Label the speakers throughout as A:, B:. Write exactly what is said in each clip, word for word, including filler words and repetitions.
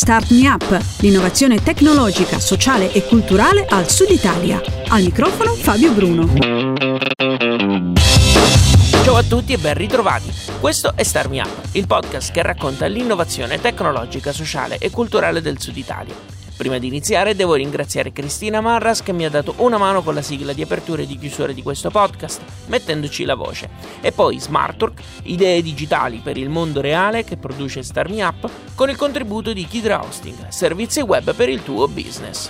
A: Start Me Up, l'innovazione tecnologica, sociale e culturale al Sud Italia. Al microfono Fabio Bruno.
B: Ciao a tutti e ben ritrovati. Questo è Start Me Up, il podcast che racconta l'innovazione tecnologica, sociale e culturale del Sud Italia. Prima di iniziare devo ringraziare Cristina Marras che mi ha dato una mano con la sigla di apertura e di chiusura di questo podcast, mettendoci la voce. E poi Smartwork, idee digitali per il mondo reale che produce Start Me Up con il contributo di Kidra Hosting, servizi web per il tuo business.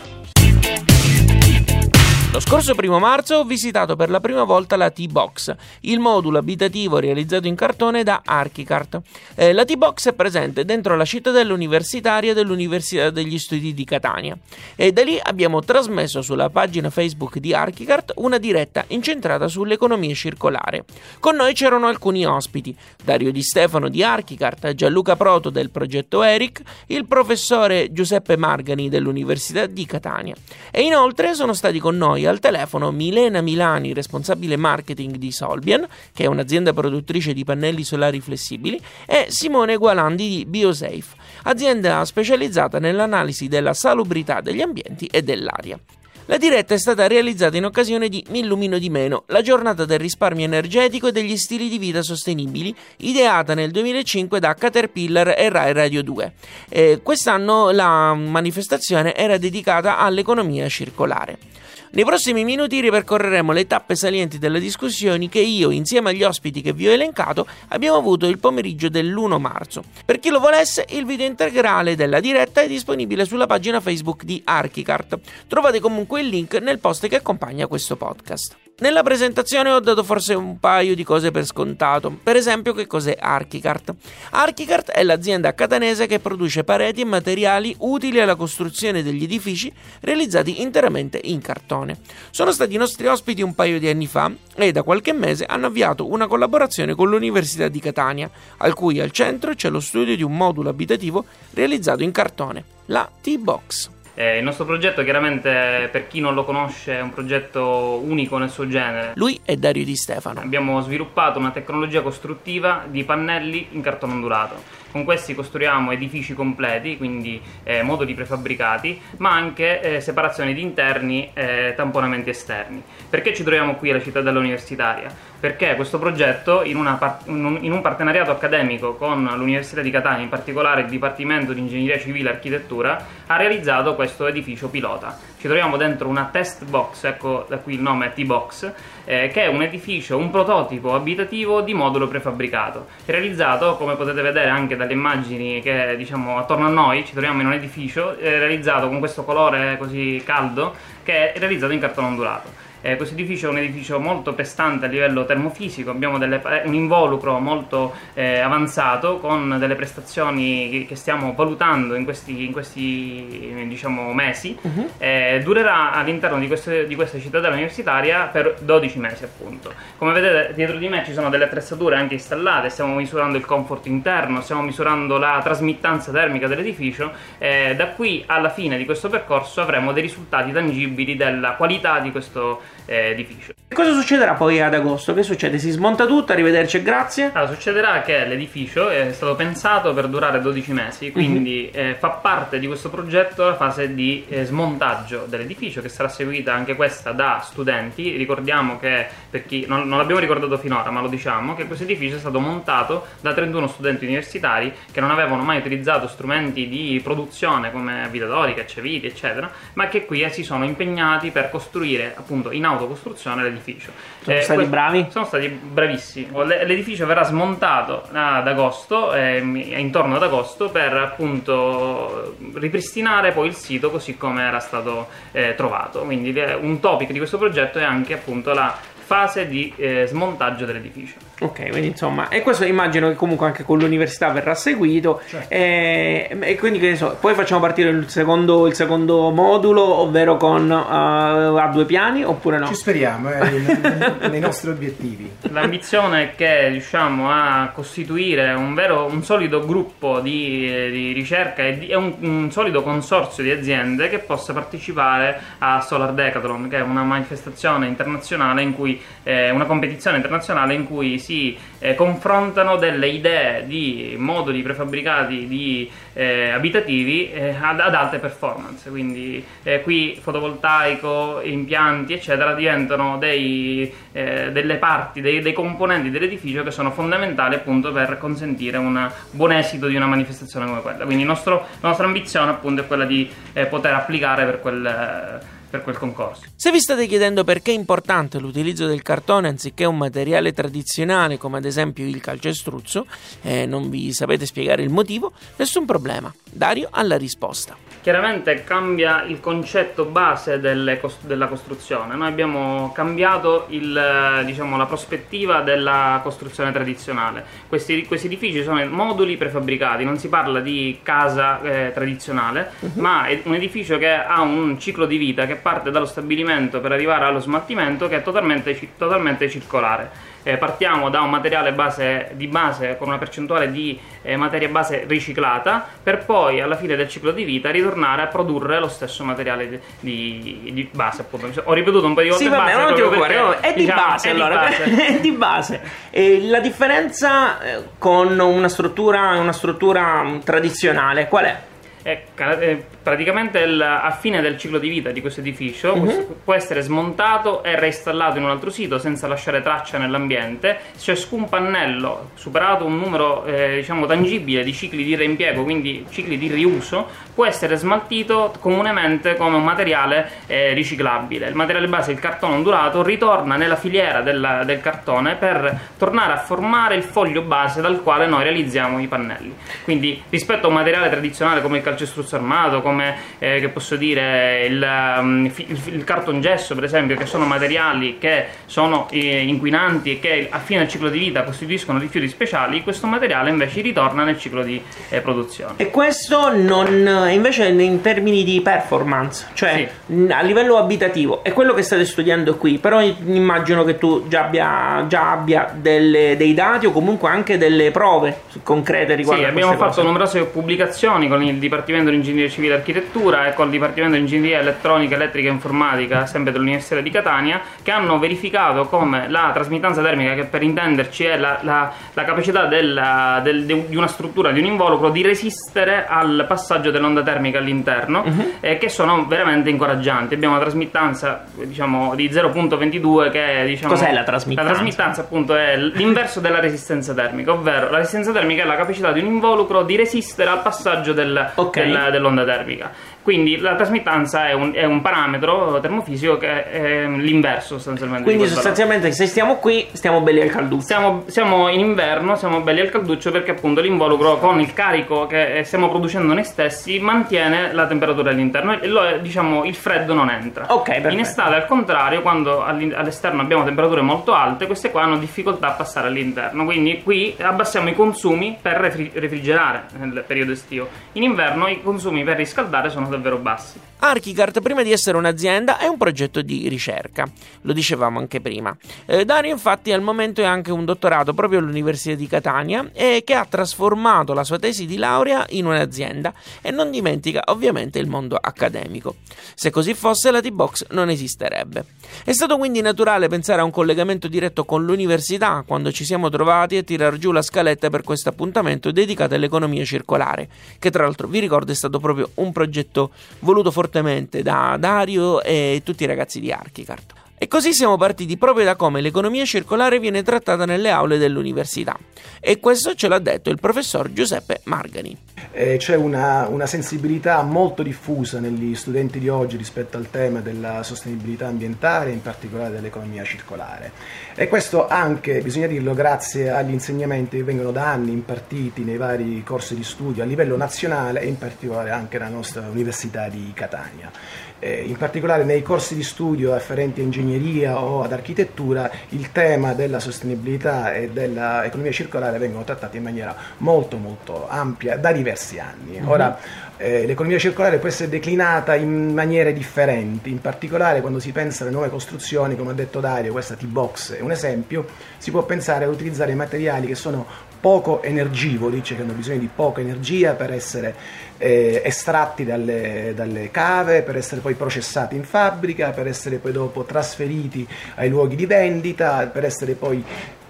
B: Lo scorso primo marzo ho visitato per la prima volta la T-Box, il modulo abitativo realizzato in cartone da Archicart. Eh, la T-Box è presente dentro la cittadella universitaria dell'Università degli Studi di Catania e da lì abbiamo trasmesso sulla pagina Facebook di Archicart una diretta incentrata sull'economia circolare. Con noi c'erano alcuni ospiti: Dario Di Stefano di Archicart, Gianluca Proto del progetto ERIC, il professore Giuseppe Margani dell'Università di Catania. E inoltre sono stati con noi al telefono Milena Milani, responsabile marketing di Solbian, che è un'azienda produttrice di pannelli solari flessibili, e Simone Gualandi di Biosafe, azienda specializzata nell'analisi della salubrità degli ambienti e dell'aria. La diretta è stata realizzata in occasione di Mi Illumino di Meno, la giornata del risparmio energetico e degli stili di vita sostenibili, ideata nel duemilacinque da Caterpillar e Rai Radio due. E quest'anno la manifestazione era dedicata all'economia circolare. Nei prossimi minuti ripercorreremo le tappe salienti delle discussioni che io, insieme agli ospiti che vi ho elencato, abbiamo avuto il pomeriggio dell'primo marzo. Per chi lo volesse, il video integrale della diretta è disponibile sulla pagina Facebook di Archicart. Trovate comunque il link nel post che accompagna questo podcast. Nella presentazione ho dato forse un paio di cose per scontato. Per esempio, che cos'è Archicart? Archicart è l'azienda catanese che produce pareti e materiali utili alla costruzione degli edifici realizzati interamente in cartone. Sono stati i nostri ospiti un paio di anni fa e da qualche mese hanno avviato una collaborazione con l'Università di Catania, al cui al centro c'è lo studio di un modulo abitativo realizzato in cartone, la T-Box.
C: Eh, il nostro progetto, chiaramente, per chi non lo conosce, è un progetto unico nel suo genere.
B: Lui è Dario Di Stefano.
C: Abbiamo sviluppato una tecnologia costruttiva di pannelli in cartone ondulato. Con questi costruiamo edifici completi, quindi eh, moduli prefabbricati, ma anche eh, separazione di interni e tamponamenti esterni. Perché ci troviamo qui alla cittadella universitaria? Perché questo progetto, in, una part- in un partenariato accademico con l'Università di Catania, in particolare il Dipartimento di Ingegneria Civile e Architettura, ha realizzato questo edificio pilota. Ci troviamo dentro una test box, ecco da qui il nome T-Box, eh, che è un edificio, un prototipo abitativo di modulo prefabbricato, realizzato, come potete vedere anche dalle immagini che diciamo attorno a noi, ci troviamo in un edificio eh, realizzato con questo colore così caldo, che è realizzato in cartone ondulato. Eh, questo edificio è un edificio molto prestante a livello termofisico, abbiamo delle, un involucro molto eh, avanzato con delle prestazioni che stiamo valutando in questi, in questi diciamo, mesi. Uh-huh. eh, durerà all'interno di, queste, di questa cittadella universitaria per dodici mesi appunto. Come vedete dietro di me ci sono delle attrezzature anche installate, stiamo misurando il comfort interno, stiamo misurando la trasmittanza termica dell'edificio. Eh, da qui alla fine di questo percorso avremo dei risultati tangibili della qualità di questo Eh, edificio.
B: Cosa succederà poi ad agosto? Che succede? Si smonta tutto, arrivederci e grazie?
C: Allora, succederà che l'edificio è stato pensato per durare dodici mesi, quindi uh-huh. eh, fa parte di questo progetto la fase di eh, smontaggio dell'edificio, che sarà seguita anche questa da studenti. Ricordiamo che, per chi non, non l'abbiamo ricordato finora, ma lo diciamo, che questo edificio è stato montato da trentuno studenti universitari che non avevano mai utilizzato strumenti di produzione come vitatori, cacciaviti, eccetera, ma che qui eh, si sono impegnati per costruire appunto in autocostruzione l'edificio.
B: Sono eh, stati que- bravi?
C: Sono stati bravissimi. L'edificio verrà smontato ad agosto, eh, intorno ad agosto, per appunto ripristinare poi il sito così come era stato eh, trovato. Quindi un topic di questo progetto è anche appunto la fase di eh, smontaggio dell'edificio.
B: Ok, quindi insomma, e questo immagino che comunque anche con l'università verrà seguito. Certo. e, e quindi che ne so, poi facciamo partire il secondo, il secondo modulo, ovvero con uh, a due piani, oppure no?
D: Ci speriamo, eh, nei nostri obiettivi.
C: L'ambizione è che riusciamo a costituire un vero, un solido gruppo di, di ricerca e, di, e un, un solido consorzio di aziende che possa partecipare a Solar Decathlon, che è una manifestazione internazionale in cui eh, una competizione internazionale in cui si eh, confrontano delle idee di moduli prefabbricati di eh, abitativi eh, ad, ad alte performance, quindi eh, qui fotovoltaico, impianti eccetera diventano dei, eh, delle parti, dei, dei componenti dell'edificio che sono fondamentali appunto per consentire un buon esito di una manifestazione come quella. Quindi il nostro, la nostra ambizione appunto è quella di eh, poter applicare per quel, eh, per quel concorso.
B: Se vi state chiedendo perché è importante l'utilizzo del cartone anziché un materiale tradizionale come ad esempio il calcestruzzo e eh, non vi sapete spiegare il motivo, nessun problema. Dario ha la risposta.
C: Chiaramente cambia il concetto base delle cost- della costruzione. Noi abbiamo cambiato il, diciamo, la prospettiva della costruzione tradizionale. Questi, questi edifici sono moduli prefabbricati, non si parla di casa eh, tradizionale, uh-huh. ma è un edificio che ha un ciclo di vita che parte dallo stabilimento per arrivare allo smaltimento, che è totalmente, totalmente circolare. Eh, partiamo da un materiale base, di base con una percentuale di eh, materia base riciclata, per poi alla fine del ciclo di vita ritornare a produrre lo stesso materiale di, di, di base, appunto. Ho ripetuto un po' di volte.
B: Sì, vabbè,
C: base,
B: non ti preoccupare,
C: perché,
B: no, è di
C: diciamo,
B: base,
C: è
B: allora,
C: di base.
B: è di base. E la differenza eh, con una struttura, una struttura mh, tradizionale qual è?
C: È, è praticamente il, a fine del ciclo di vita di questo edificio uh-huh. può essere smontato e reinstallato in un altro sito senza lasciare traccia nell'ambiente. Ciascun pannello, superato un numero eh, diciamo tangibile di cicli di reimpiego, quindi cicli di riuso, può essere smaltito comunemente come un materiale eh, riciclabile. Il materiale base, il cartone ondulato, ritorna nella filiera del, del cartone per tornare a formare il foglio base dal quale noi realizziamo i pannelli. Quindi rispetto a un materiale tradizionale come il calcestruzzo armato, come eh, che posso dire il, um, il, il cartongesso per esempio, che sono materiali che sono eh, inquinanti e che a fine del ciclo di vita costituiscono rifiuti speciali, questo materiale invece ritorna nel ciclo di eh, produzione.
B: E questo non invece in termini di performance, cioè sì. a livello abitativo, è quello che state studiando qui, però immagino che tu già abbia, già abbia delle, dei dati o comunque anche delle prove concrete riguardo
C: sì,
B: a queste
C: abbiamo fatto
B: cose.
C: numerose pubblicazioni con il Dipartimento di Ingegneria Civile e Architettura e con il Dipartimento di Ingegneria Elettronica, Elettrica e Informatica sempre dell'Università di Catania, che hanno verificato come la trasmittanza termica, che per intenderci è la, la, la capacità della, del, di una struttura, di un involucro, di resistere al passaggio dell'onda termica all'interno, uh-huh. eh, che sono veramente incoraggianti. Abbiamo una trasmittanza diciamo di zero virgola ventidue che è, diciamo,
B: cos'è la trasmittanza?
C: La trasmittanza appunto è l'inverso della resistenza termica, ovvero la resistenza termica è la capacità di un involucro di resistere al passaggio del,
B: okay.
C: del, dell'onda termica. Quindi la trasmittanza è un, è un parametro termofisico che è l'inverso sostanzialmente.
B: Quindi sostanzialmente se stiamo qui stiamo belli al calduccio.
C: Siamo, siamo in inverno, siamo belli al calduccio perché appunto l'involucro con il carico che stiamo producendo noi stessi mantiene la temperatura all'interno e lo, diciamo il freddo non entra.
B: Ok, perfetto.
C: In estate al contrario, quando all'esterno abbiamo temperature molto alte, queste qua hanno difficoltà a passare all'interno, quindi qui abbassiamo i consumi per refrigerare nel periodo estivo. In inverno i consumi per riscaldare sono davvero bassi.
B: Archicart, prima di essere un'azienda, è un progetto di ricerca, lo dicevamo anche prima. Eh, Dario infatti al momento è anche un dottorato proprio all'Università di Catania e che ha trasformato la sua tesi di laurea in un'azienda e non dimentica ovviamente il mondo accademico. Se così fosse la T-Box non esisterebbe. È stato quindi naturale pensare a un collegamento diretto con l'università quando ci siamo trovati a tirar giù la scaletta per questo appuntamento dedicato all'economia circolare, che tra l'altro vi ricordo è stato proprio un progetto voluto fortemente da Dario e tutti i ragazzi di Archicart. E così siamo partiti proprio da come l'economia circolare viene trattata nelle aule dell'università. E questo ce l'ha detto il professor Giuseppe Margani.
D: Eh, c'è una, una sensibilità molto diffusa negli studenti di oggi rispetto al tema della sostenibilità ambientale, in particolare dell'economia circolare. E questo anche, bisogna dirlo, grazie agli insegnamenti che vengono da anni impartiti nei vari corsi di studio a livello nazionale e in particolare anche nella nostra Università di Catania. Eh, in particolare nei corsi di studio afferenti a ingegneria o ad architettura il tema della sostenibilità e dell'economia circolare vengono trattati in maniera molto molto ampia da diversi anni. Mm-hmm. Ora eh, l'economia circolare può essere declinata in maniere differenti, in particolare quando si pensa alle nuove costruzioni, come ha detto Dario, questa T-Box è un esempio, si può pensare a utilizzare materiali che sono poco energivori, cioè che hanno bisogno di poca energia per essere eh, estratti dalle, dalle cave, per essere poi processati in fabbrica, per essere poi dopo trasferiti ai luoghi di vendita, per essere poi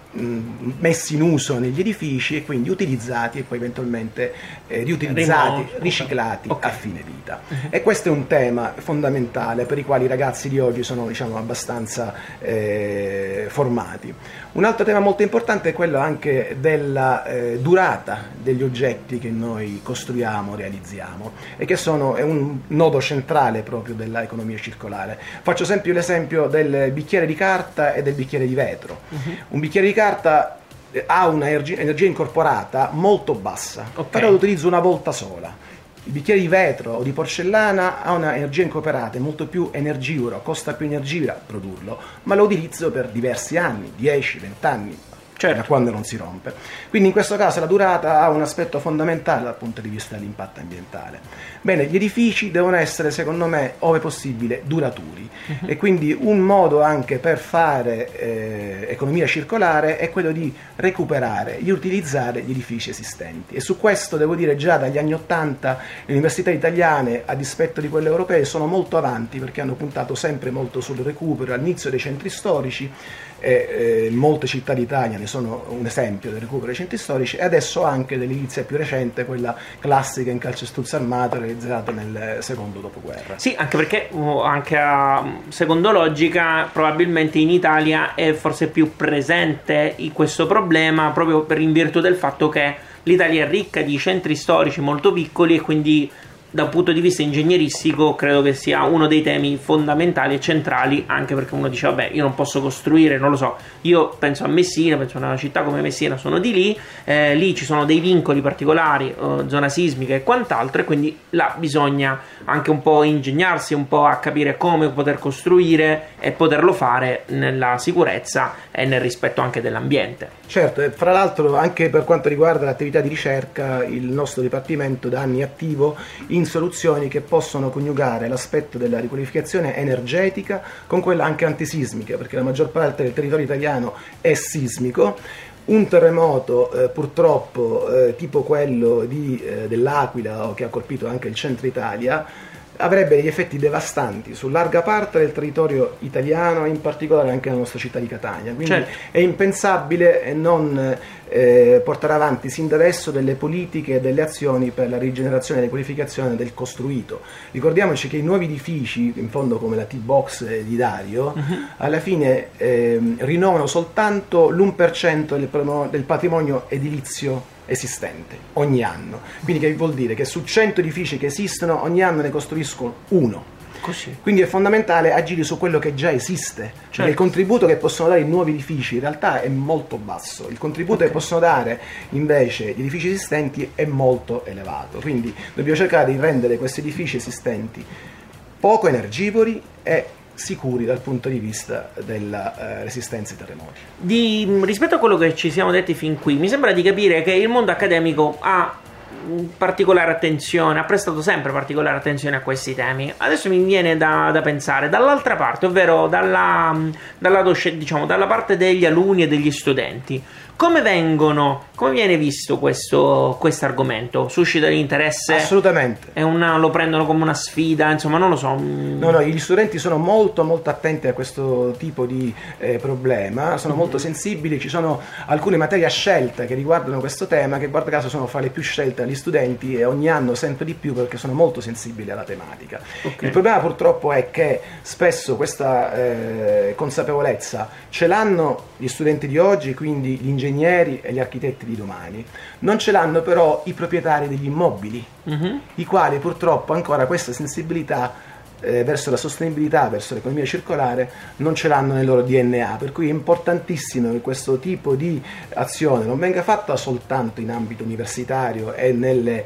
D: mh, messi in uso negli edifici e quindi utilizzati e poi eventualmente eh, riutilizzati, Rimo. riciclati okay. a fine vita. Uh-huh. E questo è un tema fondamentale per i quali i ragazzi di oggi sono, diciamo, abbastanza eh, formati. Un altro tema molto importante è quello anche della eh, durata degli oggetti che noi costruiamo, realizziamo e che sono, è un nodo centrale proprio dell'economia circolare. Faccio esempio l'esempio del bicchiere di carta e del bicchiere di vetro. Uh-huh. Un bicchiere di carta ha una energia incorporata molto bassa, okay. però lo utilizzo una volta sola. Il bicchiere di vetro o di porcellana ha una energia incorporata, è molto più energivoro, costa più energia produrlo, ma lo utilizzo per diversi anni, dieci venti anni, cioè da quando non si rompe. Quindi in questo caso la durata ha un aspetto fondamentale dal punto di vista dell'impatto ambientale. Bene, gli edifici devono essere, secondo me, ove possibile, duraturi. Uh-huh. E quindi un modo anche per fare eh, economia circolare è quello di recuperare, di utilizzare gli edifici esistenti. E su questo devo dire già dagli anni Ottanta le università italiane, a dispetto di quelle europee, sono molto avanti perché hanno puntato sempre molto sul recupero all'inizio dei centri storici. E, eh, molte città d'Italia ne sono un esempio del recupero dei centri storici e adesso anche dell'edilizia più recente, quella classica in calcestruzzo armato realizzata nel secondo dopoguerra.
B: Sì, anche perché uh, anche a, secondo logica probabilmente in Italia è forse più presente questo problema proprio per in virtù del fatto che l'Italia è ricca di centri storici molto piccoli e quindi da un punto di vista ingegneristico credo che sia uno dei temi fondamentali e centrali, anche perché uno dice vabbè io non posso costruire, non lo so, io penso a Messina, penso a una città come Messina, sono di lì, eh, lì ci sono dei vincoli particolari, eh, zona sismica e quant'altro, e quindi là bisogna anche un po' ingegnarsi un po' a capire come poter costruire e poterlo fare nella sicurezza e nel rispetto anche dell'ambiente.
D: Certo, e fra l'altro anche per quanto riguarda l'attività di ricerca il nostro dipartimento da anni è attivo in soluzioni che possono coniugare l'aspetto della riqualificazione energetica con quella anche antisismica, perché la maggior parte del territorio italiano è sismico. Un terremoto eh, purtroppo eh, tipo quello di, eh, dell'Aquila, che ha colpito anche il centro Italia, avrebbe degli effetti devastanti su larga parte del territorio italiano, in particolare anche nella nostra città di Catania. Quindi certo. è impensabile non eh, portare avanti sin da adesso delle politiche e delle azioni per la rigenerazione e la qualificazione del costruito. Ricordiamoci che i nuovi edifici, in fondo come la T-Box di Dario, uh-huh. alla fine eh, rinnovano soltanto l'uno per cento del, del patrimonio edilizio esistente ogni anno, quindi che vuol dire che su cento edifici che esistono ogni anno ne costruiscono uno. Così. Quindi è fondamentale agire su quello che già esiste, certo. perché il contributo che possono dare i nuovi edifici in realtà è molto basso, il contributo okay. che possono dare invece gli edifici esistenti è molto elevato, quindi dobbiamo cercare di rendere questi edifici esistenti poco energivori e sicuri dal punto di vista della eh, resistenza ai terremoti.
B: Di, rispetto a quello che ci siamo detti fin qui, mi sembra di capire che il mondo accademico ha particolare attenzione, ha prestato sempre particolare attenzione a questi temi. Adesso mi viene da, da pensare dall'altra parte, ovvero dalla, dalla, diciamo, dalla parte degli alunni e degli studenti. Come vengono, come viene visto questo questo argomento? Suscita l'interesse?
D: Assolutamente.
B: È una, lo prendono come una sfida, insomma, non lo so.
D: No, no, gli studenti sono molto molto attenti a questo tipo di eh, problema, sono mm-hmm. molto sensibili, ci sono alcune materie a scelta che riguardano questo tema, che guarda caso sono fra le più scelte dagli studenti e ogni anno sempre di più perché sono molto sensibili alla tematica. Okay. Il problema purtroppo è che spesso questa eh, consapevolezza ce l'hanno gli studenti di oggi, quindi gli ingegneri ingegneri e gli architetti di domani, non ce l'hanno però i proprietari degli immobili, uh-huh. i quali purtroppo ancora questa sensibilità eh, verso la sostenibilità, verso l'economia circolare non ce l'hanno nel loro D N A, per cui è importantissimo che questo tipo di azione non venga fatta soltanto in ambito universitario e nelle,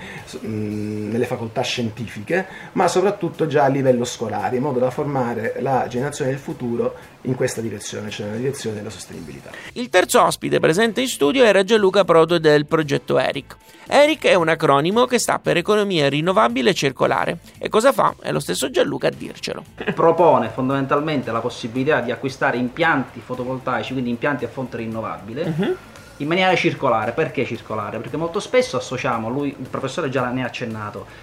D: mh, nelle facoltà scientifiche, ma soprattutto già a livello scolare, in modo da formare la generazione del futuro in questa direzione, cioè nella direzione della sostenibilità.
B: Il terzo ospite presente in studio era Gianluca Proto del progetto E R I C. E R I C è un acronimo che sta per Economia Rinnovabile e Circolare. E cosa fa? È lo stesso Gianluca a dircelo.
E: Propone fondamentalmente la possibilità di acquistare impianti fotovoltaici, quindi impianti a fonte rinnovabile, uh-huh. in maniera circolare. Perché circolare? Perché molto spesso associamo, lui, il professore già ne ha accennato,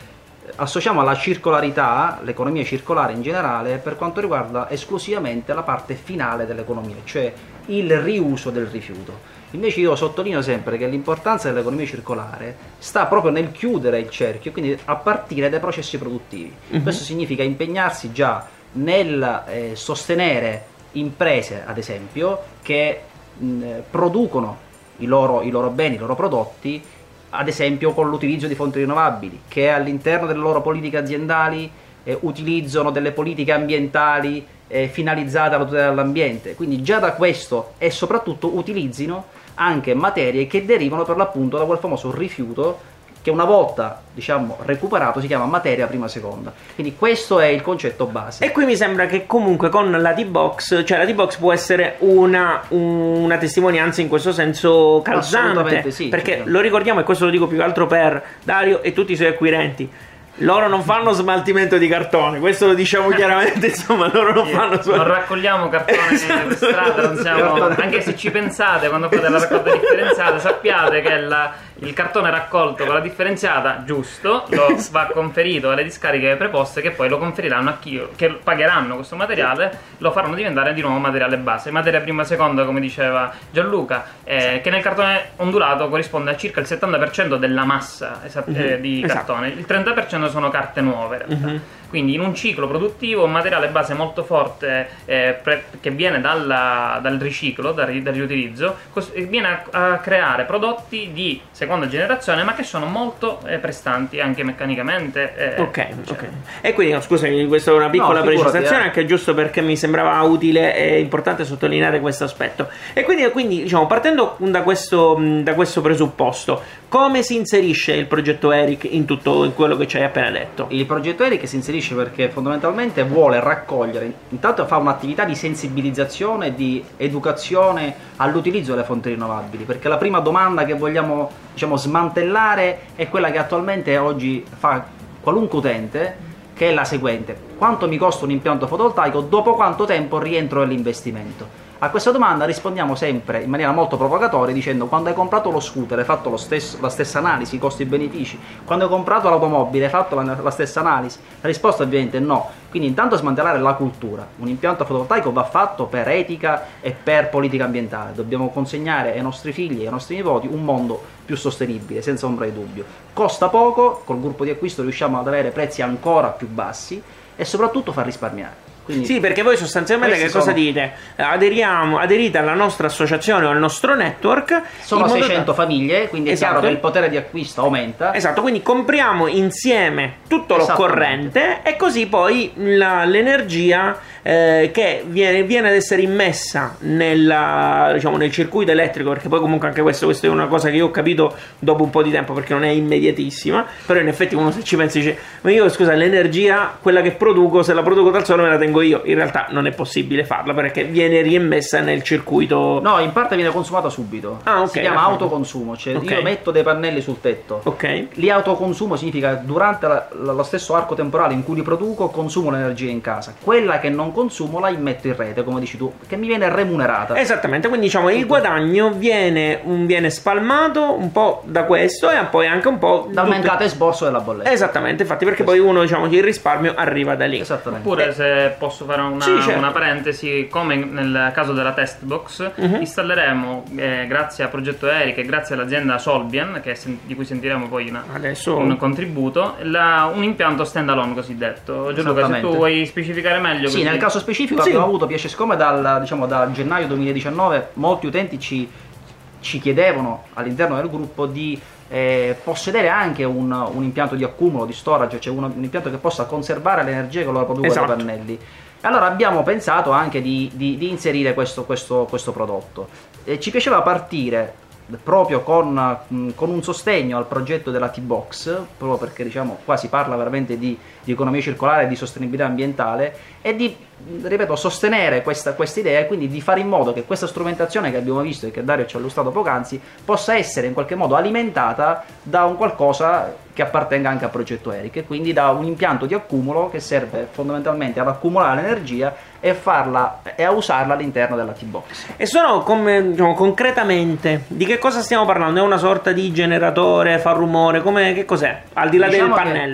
E: associamo alla circolarità, l'economia circolare in generale, per quanto riguarda esclusivamente la parte finale dell'economia, cioè il riuso del rifiuto. Invece io sottolineo sempre che l'importanza dell'economia circolare sta proprio nel chiudere il cerchio, quindi a partire dai processi produttivi. Mm-hmm. Questo significa impegnarsi già nel eh, sostenere imprese, ad esempio, che mh, producono i loro, i loro beni, i loro prodotti, ad esempio con l'utilizzo di fonti rinnovabili, che all'interno delle loro politiche aziendali eh, utilizzano delle politiche ambientali eh, finalizzate alla tutela dell'ambiente. Quindi già da questo, e soprattutto utilizzino anche materie che derivano per l'appunto da quel famoso rifiuto che una volta, diciamo, recuperato si chiama materia prima seconda. Quindi questo è il concetto base.
B: E qui mi sembra che comunque con la T-Box, cioè la T-Box può essere una, una testimonianza in questo senso calzante,
E: sì,
B: perché
E: certo.
B: Lo ricordiamo, e questo lo dico più che altro per Dario e tutti i suoi acquirenti: loro non fanno smaltimento di cartone, questo lo diciamo chiaramente, insomma, loro non
C: sì,
B: fanno smaltimento.
C: Non raccogliamo cartone esatto. per strada, non siamo, anche se ci pensate quando fate la raccolta differenziata, sappiate che la, il cartone raccolto con la differenziata, giusto, lo va conferito alle discariche preposte, che poi lo conferiranno a chi, che pagheranno questo materiale, lo faranno diventare di nuovo materiale base. Materia prima seconda, come diceva Gianluca, eh, che nel cartone ondulato corrisponde a circa il settanta per cento della massa esat- mm-hmm. eh, di cartone, esatto. Il trenta per cento sono carte nuove in realtà. Mm-hmm. Quindi in un ciclo produttivo un materiale base molto forte eh, pre- che viene dalla, dal riciclo, dal, dal riutilizzo, cos- viene a, a creare prodotti di seconda generazione, ma che sono molto eh, prestanti anche meccanicamente. Eh,
B: ok,
C: cioè.
B: ok. E quindi no, scusami, questa è una piccola no, precisazione, eh. anche giusto perché mi sembrava utile e importante sottolineare questo aspetto. E quindi, quindi diciamo, partendo da questo, da questo presupposto, come si inserisce il progetto ERIC in tutto in quello che ci hai appena detto?
E: Il progetto ERIC si inserisce perché fondamentalmente vuole raccogliere, intanto fa un'attività di sensibilizzazione, di educazione all'utilizzo delle fonti rinnovabili, perché la prima domanda che vogliamo, diciamo, smantellare è quella che attualmente oggi fa qualunque utente, che è la seguente: quanto mi costa un impianto fotovoltaico, dopo quanto tempo rientro nell'investimento? A questa domanda rispondiamo sempre in maniera molto provocatoria dicendo: quando hai comprato lo scooter hai fatto lo stesso, la stessa analisi, costi-benefici, quando hai comprato l'automobile hai fatto la, la stessa analisi? La risposta ovviamente è no. Quindi intanto smantellare la cultura. Un impianto fotovoltaico va fatto per etica e per politica ambientale, dobbiamo consegnare ai nostri figli e ai nostri nipoti un mondo più sostenibile, senza ombra di dubbio. Costa poco, col gruppo di acquisto riusciamo ad avere prezzi ancora più bassi e soprattutto fa risparmiare. Quindi
B: sì, perché voi sostanzialmente che cosa sono... dite? Aderiamo, aderite alla nostra associazione o al nostro network.
E: Sono seicento da... famiglie, quindi
B: esatto.
E: È chiaro che il potere di acquisto aumenta.
B: Esatto, quindi compriamo insieme tutto l'occorrente e così poi la, l'energia eh, che viene, viene ad essere immessa nella, diciamo, nel circuito elettrico, perché poi comunque anche questo, questo è una cosa che io ho capito dopo un po' di tempo, perché non è immediatissima, però in effetti uno se ci pensa dice: ma io scusa, l'energia, quella che produco, se la produco dal sole me la tengo io. In realtà non è possibile farla perché viene riemmessa nel circuito.
E: No, in parte viene consumata subito.
B: Ah, okay,
E: si chiama
B: d'accordo.
E: autoconsumo, cioè
B: okay.
E: Io metto dei pannelli sul tetto.
B: Ok.
E: Lì autoconsumo significa durante la, la, lo stesso arco temporale in cui li produco consumo l'energia in casa. Quella che non consumo la immetto in rete, come dici tu, che mi viene remunerata.
B: Esattamente, quindi diciamo il guadagno viene, un, viene spalmato un po' da questo e poi anche un po'
E: dal mancato esborso della bolletta.
B: Esattamente, infatti, perché questo. Poi uno, diciamo, il risparmio arriva da lì.
E: Esattamente.
C: Oppure
B: eh.
C: se posso fare una,
B: sì, certo.
C: una parentesi, come nel caso della test box, uh-huh. installeremo eh, grazie al progetto ERIC e grazie all'azienda Solbian, che sen- di cui sentiremo poi una,
B: Adesso...
C: un contributo, la, un impianto stand alone cosiddetto. Gianluca, se tu vuoi specificare meglio.
E: Sì,
C: così.
E: nel caso specifico
B: sì.
E: abbiamo avuto piace, siccome dal, diciamo, da gennaio duemiladiciannove molti utenti ci, ci chiedevano all'interno del gruppo di Eh, possedere anche un, un impianto di accumulo, di storage, cioè un, un impianto che possa conservare l'energia che loro producono
B: esatto.
E: dai pannelli. Allora abbiamo pensato anche di, di, di inserire questo, questo, questo prodotto. E ci piaceva partire proprio con, con un sostegno al progetto della T-Box, proprio perché diciamo qua si parla veramente di, di economia circolare e di sostenibilità ambientale, e di, ripeto, sostenere questa idea e quindi di fare in modo che questa strumentazione che abbiamo visto e che Dario ci ha illustrato poc'anzi possa essere in qualche modo alimentata da un qualcosa che appartenga anche al progetto ERIC, e quindi da un impianto di accumulo che serve fondamentalmente ad accumulare l'energia e farla e a usarla all'interno della T-Box.
B: E sono, come, diciamo, concretamente di che cosa stiamo parlando? È una sorta di generatore, fa rumore, come, che cos'è? Al di là diciamo del pannello.
E: Che,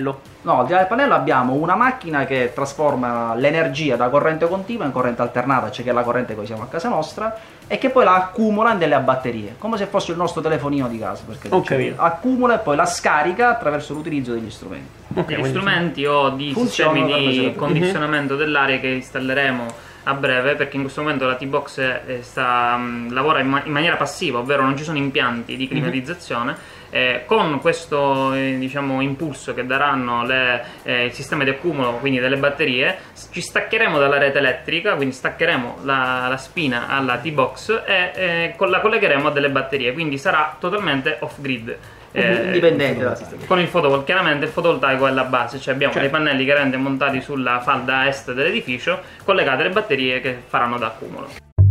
E: No, al di là del pannello abbiamo una macchina che trasforma l'energia da corrente continua in corrente alternata, cioè che è la corrente che usiamo a casa nostra, e che poi la accumula in delle batterie, come se fosse il nostro telefonino di casa, perché
B: okay.
E: accumula e poi la scarica attraverso l'utilizzo degli strumenti.
C: Okay, degli strumenti o di sistemi di condizionamento uh-huh. dell'aria che installeremo a breve, perché in questo momento la T-Box eh, sta, mh, lavora in, ma- in maniera passiva, ovvero non ci sono impianti di climatizzazione. Mm-hmm. Eh, con questo eh, diciamo impulso che daranno le, eh, il sistema di accumulo, quindi delle batterie, ci staccheremo dalla rete elettrica, quindi staccheremo la, la spina alla T-Box e eh, con, la collegheremo a delle batterie, quindi sarà totalmente off-grid.
E: Eh, indipendente dal sistema.
C: Con il fotovoltaico, chiaramente il fotovoltaico è la base, cioè abbiamo certo. dei pannelli chiaramente montati sulla falda est dell'edificio, collegate alle batterie che faranno da accumulo.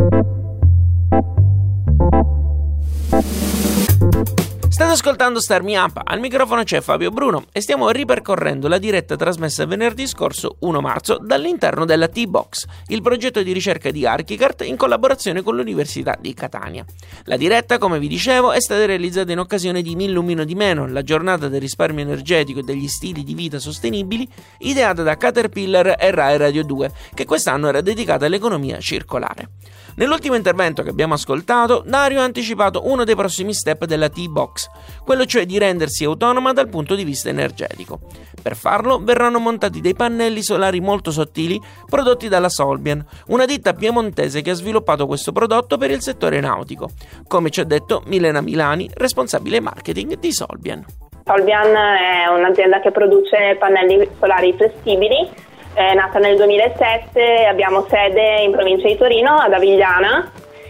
B: State ascoltando Start Me Up, al microfono c'è Fabio Bruno e stiamo ripercorrendo la diretta trasmessa venerdì scorso primo marzo dall'interno della T-Box, il progetto di ricerca di Archicart in collaborazione con l'Università di Catania. La diretta, come vi dicevo, è stata realizzata in occasione di Millumino di Meno, la giornata del risparmio energetico e degli stili di vita sostenibili, ideata da Caterpillar e Rai Radio due, che quest'anno era dedicata all'economia circolare. Nell'ultimo intervento che abbiamo ascoltato, Dario ha anticipato uno dei prossimi step della T-Box, quello cioè di rendersi autonoma dal punto di vista energetico. Per farlo verranno montati dei pannelli solari molto sottili prodotti dalla Solbian, una ditta piemontese che ha sviluppato questo prodotto per il settore nautico, come ci ha detto Milena Milani, responsabile marketing di Solbian.
F: Solbian è un'azienda che produce pannelli solari flessibili. È nata nel duemilasette, abbiamo sede in provincia di Torino, ad Avigliana,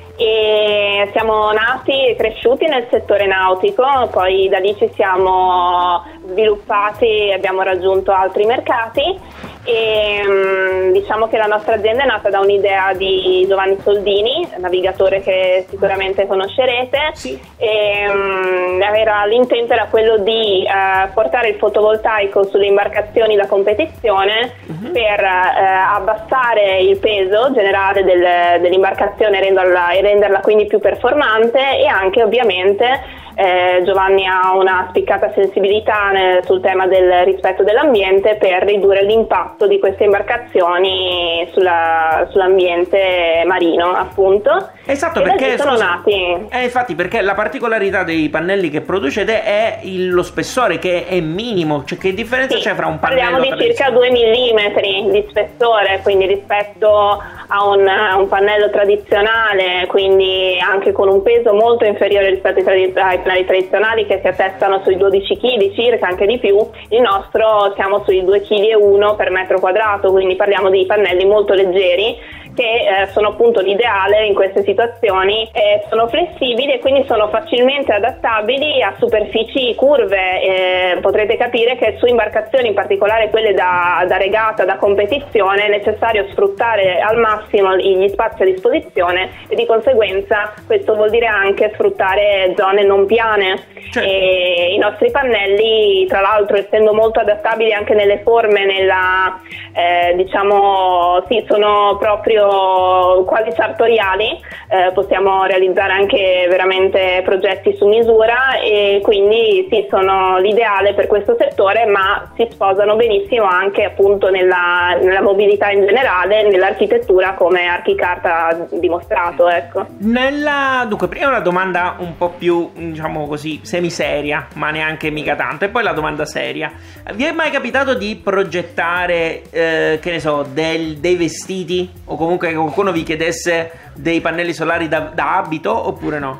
F: e siamo nati e cresciuti nel settore nautico, poi da lì ci siamo sviluppati e abbiamo raggiunto altri mercati e diciamo che la nostra azienda è nata da un'idea di Giovanni Soldini, navigatore che sicuramente conoscerete. Sì. E, um, era, l'intento era quello di uh, portare il fotovoltaico sulle imbarcazioni da competizione uh-huh. per uh, abbassare il peso generale del, dell'imbarcazione e renderla, e renderla quindi più performante, e anche ovviamente Eh, Giovanni ha una spiccata sensibilità nel, sul tema del rispetto dell'ambiente per ridurre l'impatto di queste imbarcazioni sulla, sull'ambiente marino, appunto.
B: Esatto,
F: e
B: perché
F: sono
B: scusa,
F: nati.
B: Eh, infatti, perché la particolarità dei pannelli che producete è il, lo spessore, che è minimo, cioè che differenza sì, c'è fra un pannello?
F: Parliamo di circa due millimetri di spessore, quindi rispetto a un, a un pannello tradizionale, quindi anche con un peso molto inferiore rispetto ai tradizionali pannelli tradizionali che si attestano sui dodici chili circa, anche di più. Il nostro siamo sui due virgola uno chili per metro quadrato, quindi parliamo di pannelli molto leggeri che eh, sono appunto l'ideale in queste situazioni. Eh, sono flessibili e quindi sono facilmente adattabili a superfici curve. Eh, potrete capire che su imbarcazioni, in particolare quelle da, da regata, da competizione, è necessario sfruttare al massimo gli spazi a disposizione e di conseguenza questo vuol dire anche sfruttare zone non piane. Certo. E i nostri pannelli, tra l'altro, essendo molto adattabili anche nelle forme, nella eh, diciamo sì, sono proprio quasi sartoriali, eh, possiamo realizzare anche veramente progetti su misura, e quindi sì, sono l'ideale per questo settore, ma si sposano benissimo anche appunto nella, nella mobilità in generale, nell'architettura, come Archicart ha dimostrato, ecco.
B: Nella, dunque, prima una domanda un po' più, diciamo così, semiseria, ma neanche mica tanto, e poi la domanda seria. Vi è mai capitato di progettare, eh, che ne so, del, dei vestiti, o comunque che qualcuno vi chiedesse dei pannelli solari da, da abito, oppure no?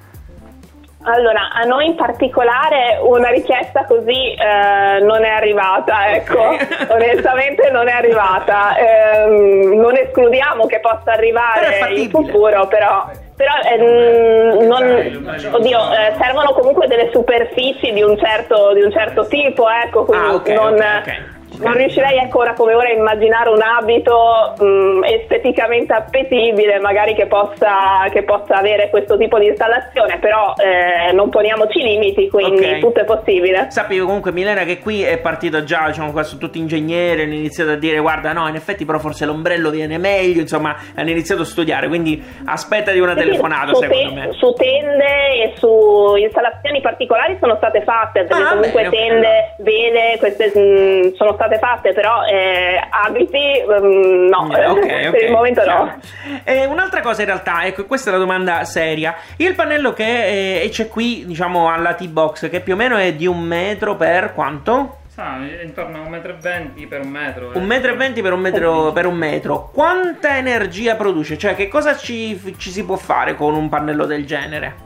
F: Allora, a noi in particolare una richiesta così eh, non è arrivata, ecco, okay. Onestamente non è arrivata. Eh, non escludiamo che possa arrivare in futuro, però... Però eh, non, oddio, eh, servono comunque delle superfici di un certo, di un certo tipo, ecco, quindi
B: ah, okay,
F: non,
B: okay, okay.
F: non riuscirei ancora come ora a immaginare un abito mh, esteticamente appetibile, magari che possa, che possa avere questo tipo di installazione, però eh, non poniamoci limiti, quindi okay. tutto è possibile.
B: Sappi comunque, Milena, che qui è partito già, diciamo, qua sono tutti ingegneri, hanno iniziato a dire guarda no, in effetti però forse l'ombrello viene meglio, insomma hanno iniziato a studiare, quindi aspettati una telefonata,
F: sì,
B: secondo
F: te-
B: me.
F: Su tende e su installazioni particolari sono state fatte, perché ah, comunque bene, tende, okay. vele, queste mh, sono state fatte, però eh, abiti mh, no, okay, okay, per il momento chiaro. no.
B: Eh, un'altra cosa in realtà, ecco, questa è la domanda seria. Il pannello che eh, c'è qui, diciamo, alla T-Box, che più o meno è di un metro per quanto?
C: Sa, intorno a un metro e venti per un metro.
B: Un metro e venti per un metro, per un metro. Quanta energia produce? Cioè, che cosa ci, ci si può fare con un pannello del genere?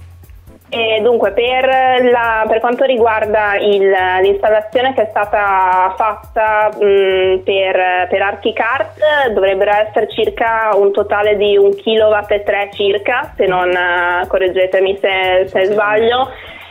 F: E dunque, per, la, per quanto riguarda il, l'installazione che è stata fatta mh, per, per Archicart, dovrebbero essere circa un totale di un kilowatt e tre circa, se non uh, correggetemi se, se sbaglio.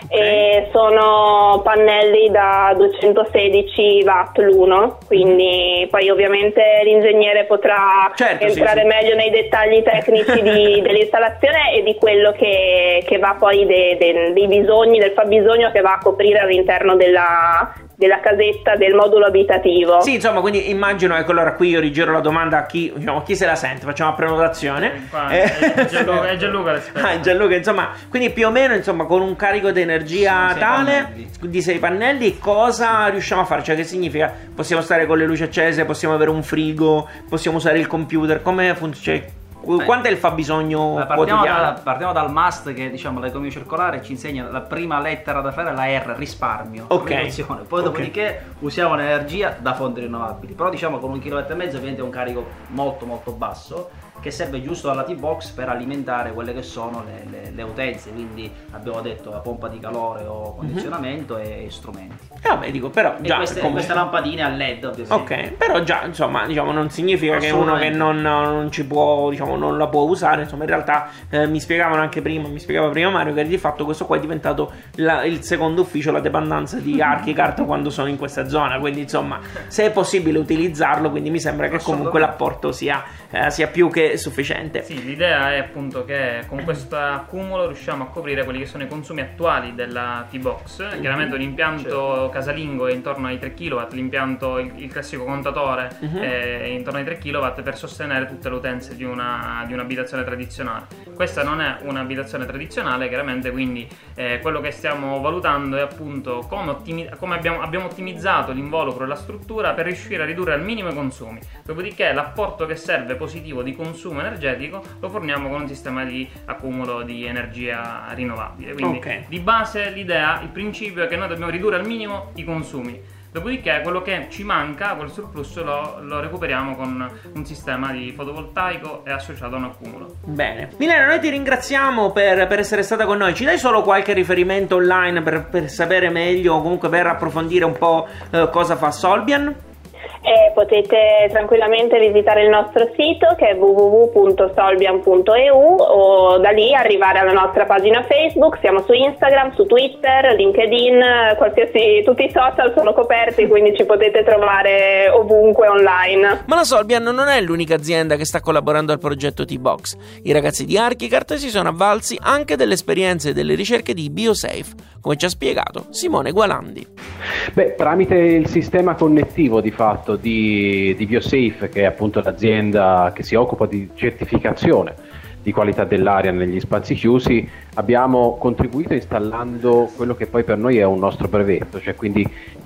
F: E sono pannelli da duecentosedici watt l'uno, quindi poi ovviamente l'ingegnere potrà
B: certo,
F: entrare
B: sì, sì.
F: meglio nei dettagli tecnici di, dell'installazione e di quello che, che va poi dei, dei, dei bisogni, del fabbisogno che va a coprire all'interno della della casetta, del modulo abitativo.
B: Sì, insomma, quindi immagino, ecco, allora qui io rigiro la domanda a chi, diciamo, chi se la sente, facciamo una prenotazione.
C: Eh, è Gianluca, è Gianluca l'esperto.
B: Ah, Gianluca, insomma, quindi più o meno, insomma, con un carico di energia sì, tale, pannelli. di sei pannelli, cosa riusciamo a fare? Cioè, che significa? Possiamo stare con le luci accese, possiamo avere un frigo, possiamo usare il computer, come funziona? Cioè, quanto è il fabbisogno
E: Beh, partiamo,
B: quotidiano?
E: da, partiamo dal must, che diciamo l'economia circolare ci insegna la prima lettera da fare, la R, risparmio,
B: okay.
E: poi
B: okay.
E: dopodiché usiamo l'energia da fonti rinnovabili, però diciamo con un chilowatt e mezzo ovviamente è un carico molto molto basso, che serve giusto alla T-Box per alimentare quelle che sono le, le, le utenze, quindi abbiamo detto la pompa di calore o condizionamento mm-hmm. e strumenti.
B: Eh vabbè, dico, però già
E: e queste,
B: come...
E: queste lampadine a L E D ovviamente.
B: Ok, però già insomma, diciamo, non significa che uno che non, non ci può, diciamo, non la può usare. Insomma, in realtà eh, mi spiegavano anche prima, mi spiegava prima Mario, che di fatto questo qua è diventato la, il secondo ufficio, la dependenza di Archicart quando sono in questa zona. Quindi insomma, se è possibile utilizzarlo, quindi mi sembra che comunque l'apporto sia, eh, sia più che sufficiente.
C: Sì, l'idea è appunto che con questo accumulo riusciamo a coprire quelli che sono i consumi attuali della T-Box. Mm-hmm. Chiaramente un impianto certo. casalingo è intorno ai tre chilowatt, l'impianto, il, il classico contatore mm-hmm. è intorno ai tre chilowatt per sostenere tutte le utenze di, una, di un'abitazione tradizionale. Questa non è un'abitazione tradizionale, chiaramente, quindi eh, quello che stiamo valutando è appunto come, ottimi- come abbiamo, abbiamo ottimizzato l'involucro e la struttura per riuscire a ridurre al minimo i consumi. Dopodiché l'apporto che serve positivo di consumo energetico lo forniamo con un sistema di accumulo di energia rinnovabile. Quindi okay. di base l'idea, il principio è che noi dobbiamo ridurre al minimo i consumi. Dopodiché quello che ci manca, quel surplus, lo, lo recuperiamo con un sistema di fotovoltaico e associato a un accumulo.
B: Bene. Milena, noi ti ringraziamo per, per essere stata con noi. Ci dai solo qualche riferimento online per, per sapere meglio, o comunque per approfondire un po' eh, cosa fa Solbian?
F: Eh, potete tranquillamente visitare il nostro sito, che è w w w punto solbian punto e u, o da lì arrivare alla nostra pagina Facebook. Siamo su Instagram, su Twitter, LinkedIn, qualsiasi, tutti i social sono coperti, quindi ci potete trovare ovunque online.
B: Ma la Solbian non è l'unica azienda che sta collaborando al progetto T-Box. I ragazzi di Archicart si sono avvalsi anche delle esperienze e delle ricerche di BioSafe, come ci ha spiegato Simone Gualandi.
G: Beh, tramite il sistema connettivo di fatto di, di BioSafe, che è appunto l'azienda che si occupa di certificazione di qualità dell'aria negli spazi chiusi, abbiamo contribuito installando quello che poi per noi è un nostro brevetto, cioè quindi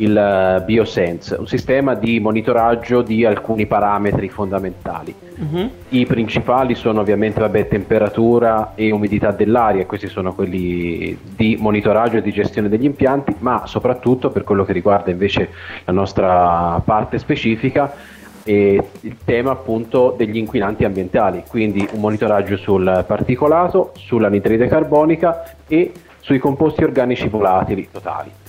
G: il BioSense, un sistema di monitoraggio di alcuni parametri fondamentali. Uh-huh. I principali sono ovviamente vabbè, temperatura e umidità dell'aria, questi sono quelli di monitoraggio e di gestione degli impianti, ma soprattutto per quello che riguarda invece la nostra parte specifica, e il tema appunto degli inquinanti ambientali, quindi un monitoraggio sul particolato, sull'anidride carbonica e sui composti organici volatili totali.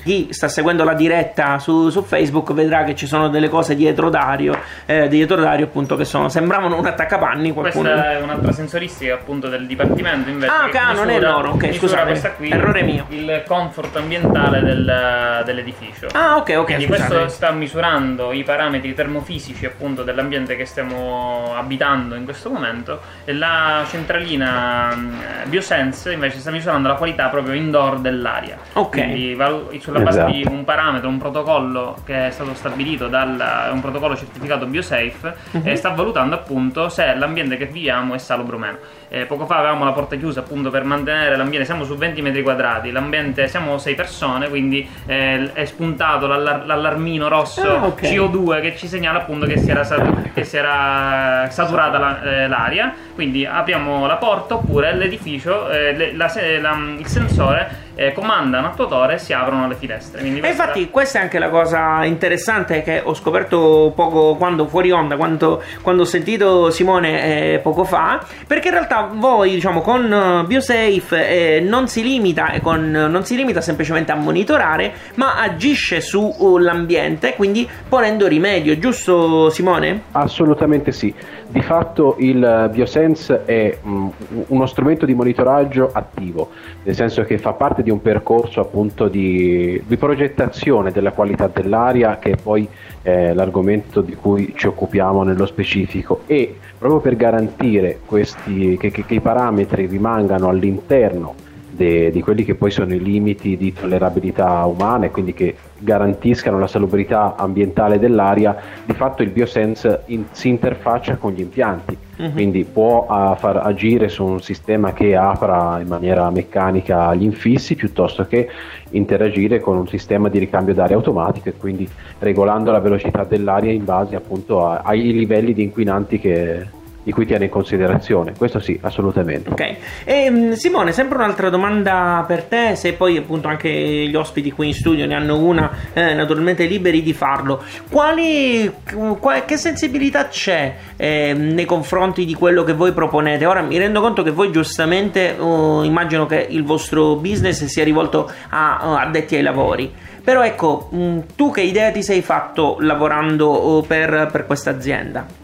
B: chi sta seguendo la diretta su, su Facebook vedrà che ci sono delle cose dietro Dario, eh, dietro Dario appunto, che sono, sembravano un attaccapanni. Qualcuno...
C: Questa è un'altra sensoristica appunto del dipartimento invece.
B: Ah, che non è loro, ok, scusate,
C: questa qui,
B: errore mio.
C: Il comfort ambientale del, dell'edificio.
B: Ah, ok, ok.
C: Quindi
B: scusate.
C: questo sta misurando i parametri termofisici appunto dell'ambiente che stiamo abitando in questo momento, e la centralina Biosense invece sta misurando la qualità proprio indoor dell'aria.
B: Ok.
C: Quindi valu- sulla base
G: Esatto.
C: di un parametro, un protocollo che è stato stabilito dal un protocollo certificato Biosafe, uh-huh. e sta valutando appunto se l'ambiente che viviamo è salubre o meno. Eh, poco fa avevamo la porta chiusa appunto per mantenere l'ambiente, siamo su venti metri quadrati, l'ambiente, siamo sei persone, quindi eh, è spuntato l'allar- l'allarmino rosso
B: ah, okay.
C: C O due che ci segnala appunto che si era, sat- che si era saturata la- eh, l'aria, quindi apriamo la porta oppure l'edificio, eh, le- la- la- il sensore eh, comanda un attuatore e si aprono le finestre. Quindi
B: E
C: questa...
B: infatti questa è anche la cosa interessante che ho scoperto poco quando fuori onda, quando, quando ho sentito Simone eh, poco fa, perché in realtà voi, diciamo, con uh, Biosafe eh, non si limita eh, con, non si limita semplicemente a monitorare, ma agisce sull'ambiente, uh, quindi ponendo rimedio, giusto Simone?
G: Assolutamente sì. Di fatto il Biosense è um, uno strumento di monitoraggio attivo, nel senso che fa parte di un percorso appunto di, di progettazione della qualità dell'aria, che è poi eh, l'argomento di cui ci occupiamo nello specifico, e proprio per garantire questi, che, che, che i parametri rimangano all'interno de, di quelli che poi sono i limiti di tollerabilità umana, e quindi che garantiscano la salubrità ambientale dell'aria, di fatto il Biosense in, si interfaccia con gli impianti, uh-huh. quindi può uh, far agire su un sistema che apra in maniera meccanica gli infissi, piuttosto che interagire con un sistema di ricambio d'aria automatico, e quindi regolando la velocità dell'aria in base appunto a, ai livelli di inquinanti che di cui tiene in considerazione. Questo sì, assolutamente.
B: Ok. E, Simone, sempre un'altra domanda per te, se poi appunto anche gli ospiti qui in studio ne hanno una, eh, naturalmente liberi di farlo. Quali, qual, che sensibilità c'è eh, nei confronti di quello che voi proponete? Ora mi rendo conto che voi giustamente, uh, immagino che il vostro business sia rivolto a, a addetti ai lavori, però ecco, mh, tu che idea ti sei fatto lavorando uh, per, per questa azienda?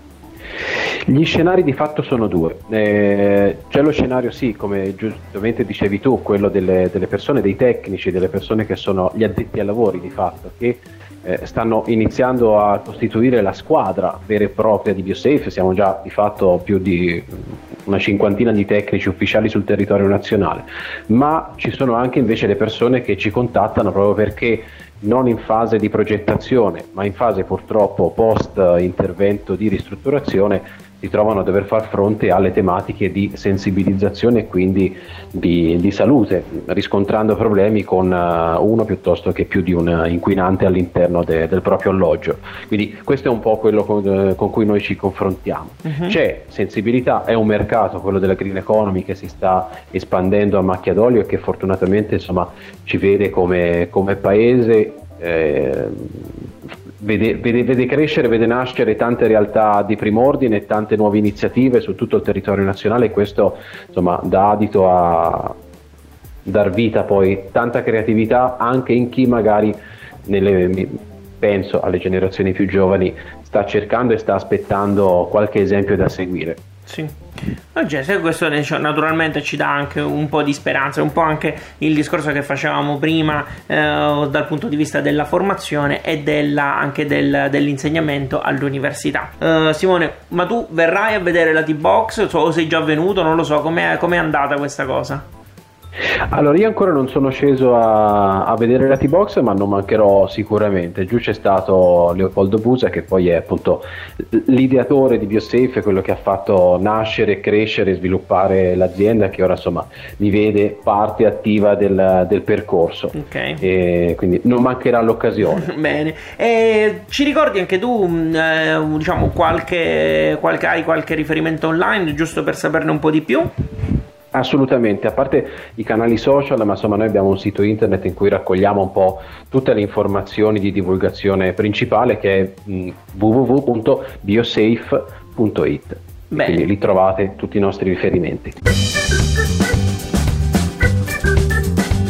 G: Gli scenari di fatto sono due. Eh, c'è lo scenario, sì, come giustamente dicevi tu, quello delle, delle persone, dei tecnici, delle persone che sono gli addetti ai lavori di fatto, che eh, stanno iniziando a costituire la squadra vera e propria di Biosafe. Siamo già di fatto più di una cinquantina di tecnici ufficiali sul territorio nazionale, ma ci sono anche invece le persone che ci contattano proprio perché non in fase di progettazione, ma in fase purtroppo post intervento di ristrutturazione, si trovano a dover far fronte alle tematiche di sensibilizzazione e quindi di, di salute, riscontrando problemi con uh, uno piuttosto che più di un inquinante all'interno de, del proprio alloggio. Quindi questo è un po' quello con, uh, con cui noi ci confrontiamo. Uh-huh. C'è sensibilità, è un mercato, quello della green economy, che si sta espandendo a macchia d'olio e che fortunatamente insomma ci vede come, come paese eh, Vede, vede, vede crescere, vede nascere tante realtà di prim'ordine e tante nuove iniziative su tutto il territorio nazionale, e questo insomma dà adito a dar vita poi tanta creatività anche in chi magari, nelle, penso alle generazioni più giovani, sta cercando e sta aspettando qualche esempio da seguire.
B: Sì. Oggi, questo naturalmente ci dà anche un po' di speranza, un po' anche il discorso che facevamo prima eh, dal punto di vista della formazione e della, anche del, dell'insegnamento all'università. Uh, Simone, ma tu verrai a vedere la T-Box o sei già venuto? Non lo so, com'è, com'è andata questa cosa?
G: Allora, io ancora non sono sceso a, a vedere la T-Box, ma non mancherò sicuramente. Giù c'è stato Leopoldo Busa, che poi è appunto l'ideatore di Biosafe, quello che ha fatto nascere, crescere e sviluppare l'azienda, che ora insomma mi vede parte attiva del, del percorso.
B: Okay.
G: E quindi non mancherà l'occasione.
B: Bene. E ci ricordi anche tu, eh, diciamo, qualche, qualche, hai qualche riferimento online, giusto per saperne un po' di più?
G: Assolutamente, a parte i canali social, ma insomma noi abbiamo un sito internet in cui raccogliamo un po' tutte le informazioni di divulgazione principale, che è w w w punto biosafe punto i t. Quindi lì trovate tutti i nostri riferimenti.
B: Come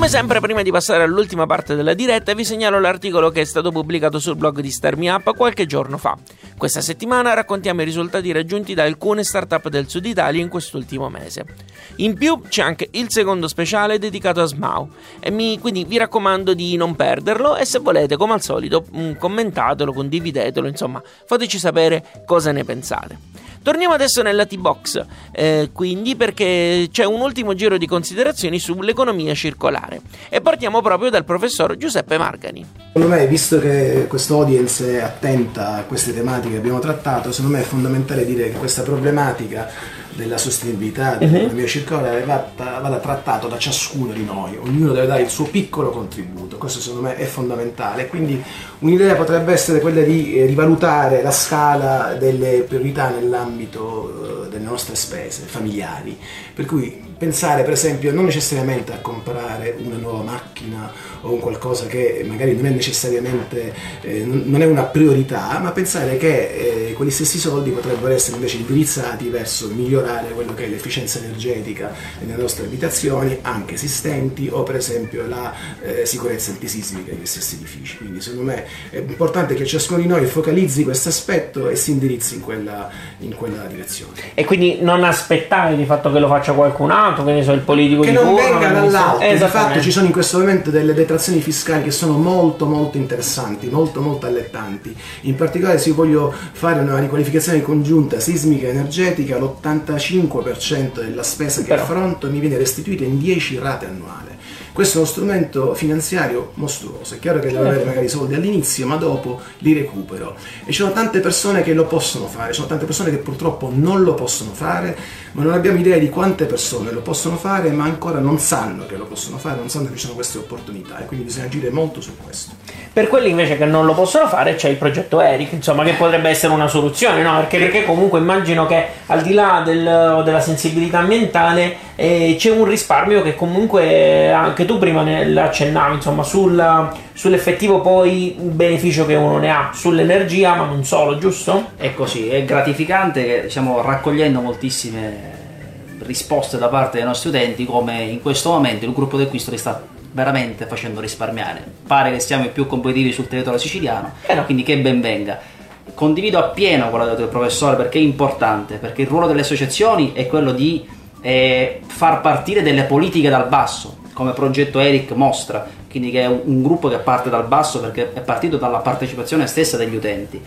B: Come sempre, prima di passare all'ultima parte della diretta, vi segnalo l'articolo che è stato pubblicato sul blog di Start Me Up qualche giorno fa. Questa settimana raccontiamo i risultati raggiunti da alcune start-up del Sud Italia in quest'ultimo mese. In più c'è anche il secondo speciale dedicato a S M A U, e mi, quindi vi raccomando di non perderlo, e se volete, come al solito, commentatelo, condividetelo, insomma, fateci sapere cosa ne pensate. Torniamo adesso nella T-Box, eh, quindi perché c'è un ultimo giro di considerazioni sull'economia circolare, e partiamo proprio dal professor Giuseppe Margani.
D: Secondo me, visto che questa audience è attenta a queste tematiche che abbiamo trattato, secondo me è fondamentale dire che questa problematica della sostenibilità, dell'economia uh-huh. circolare vada, vada trattato da ciascuno di noi, ognuno deve dare il suo piccolo contributo, questo secondo me è fondamentale. Quindi un'idea potrebbe essere quella di rivalutare la scala delle priorità nell'ambito delle nostre spese familiari, per cui pensare per esempio non necessariamente a comprare una nuova macchina o un qualcosa che magari non è necessariamente eh, non è una priorità, ma pensare che eh, quegli stessi soldi potrebbero essere invece indirizzati verso migliorare quello che è l'efficienza energetica nelle nostre abitazioni, anche esistenti, o per esempio la eh, sicurezza antisismica degli stessi edifici. Quindi secondo me è importante che ciascuno di noi focalizzi questo aspetto e si indirizzi in quella, in quella direzione.
B: E quindi non aspettare di fatto che lo faccia qualcun altro, che ne so, il politico
D: che
B: di
D: non
B: turno,
D: venga dall'alto. Di fatto ci sono in questo momento delle detrazioni fiscali che sono molto molto interessanti, molto molto allettanti. In particolare, se voglio fare una riqualificazione congiunta sismica e energetica, l'ottantacinque per cento della spesa che affronto mi viene restituita in dieci rate annuali. Questo è uno strumento finanziario mostruoso. È chiaro che devo avere magari soldi all'inizio, ma dopo li recupero. E ci sono tante persone che lo possono fare, ci sono tante persone che purtroppo non lo possono fare, ma non abbiamo idea di quante persone lo possono fare, ma ancora non sanno che lo possono fare, non sanno che ci sono queste opportunità, e quindi bisogna agire molto su questo.
B: Per quelli invece che non lo possono fare c'è il progetto Eric, insomma, che potrebbe essere una soluzione, no? Perché, perché comunque immagino che al di là del, della sensibilità ambientale eh, c'è un risparmio che comunque anche tu prima ne accennavi, insomma, sul, sull'effettivo poi beneficio che uno ne ha sull'energia, ma non solo, giusto?
E: È così, è gratificante che stiamo raccogliendo moltissime risposte da parte dei nostri utenti, come in questo momento il gruppo d'acquisto li sta veramente facendo risparmiare. Pare che siamo i più competitivi sul territorio siciliano, eh no. Quindi che ben venga. Condivido appieno quello del professore, perché è importante, perché il ruolo delle associazioni è quello di eh, far partire delle politiche dal basso, come progetto Eric mostra, quindi che è un, un gruppo che parte dal basso perché è partito dalla partecipazione stessa degli utenti.